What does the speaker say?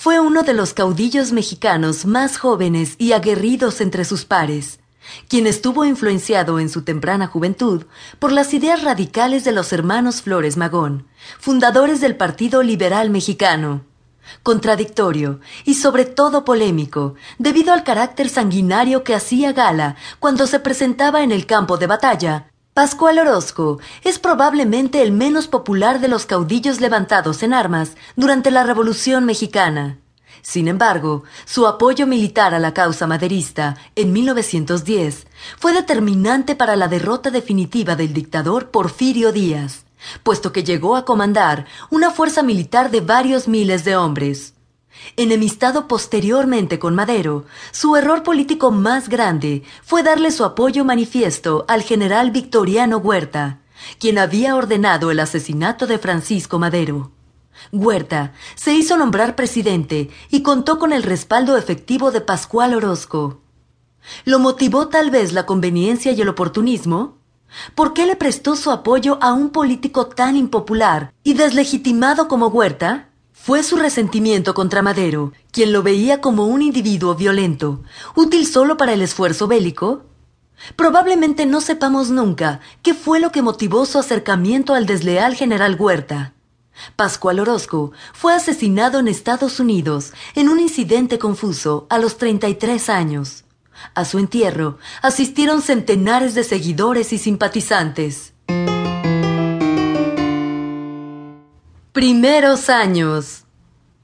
Fue uno de los caudillos mexicanos más jóvenes y aguerridos entre sus pares, quien estuvo influenciado en su temprana juventud por las ideas radicales de los hermanos Flores Magón, fundadores del Partido Liberal Mexicano. Contradictorio y sobre todo polémico, debido al carácter sanguinario que hacía gala cuando se presentaba en el campo de batalla, Pascual Orozco es probablemente el menos popular de los caudillos levantados en armas durante la Revolución Mexicana. Sin embargo, su apoyo militar a la causa maderista en 1910 fue determinante para la derrota definitiva del dictador Porfirio Díaz, puesto que llegó a comandar una fuerza militar de varios miles de hombres. Enemistado posteriormente con Madero, su error político más grande fue darle su apoyo manifiesto al general Victoriano Huerta, quien había ordenado el asesinato de Francisco Madero. Huerta se hizo nombrar presidente y contó con el respaldo efectivo de Pascual Orozco. ¿Lo motivó tal vez la conveniencia y el oportunismo? ¿Por qué le prestó su apoyo a un político tan impopular y deslegitimado como Huerta? ¿Fue su resentimiento contra Madero, quien lo veía como un individuo violento, útil solo para el esfuerzo bélico? Probablemente no sepamos nunca qué fue lo que motivó su acercamiento al desleal general Huerta. Pascual Orozco fue asesinado en Estados Unidos en un incidente confuso a los 33 años. A su entierro asistieron centenares de seguidores y simpatizantes. Primeros años.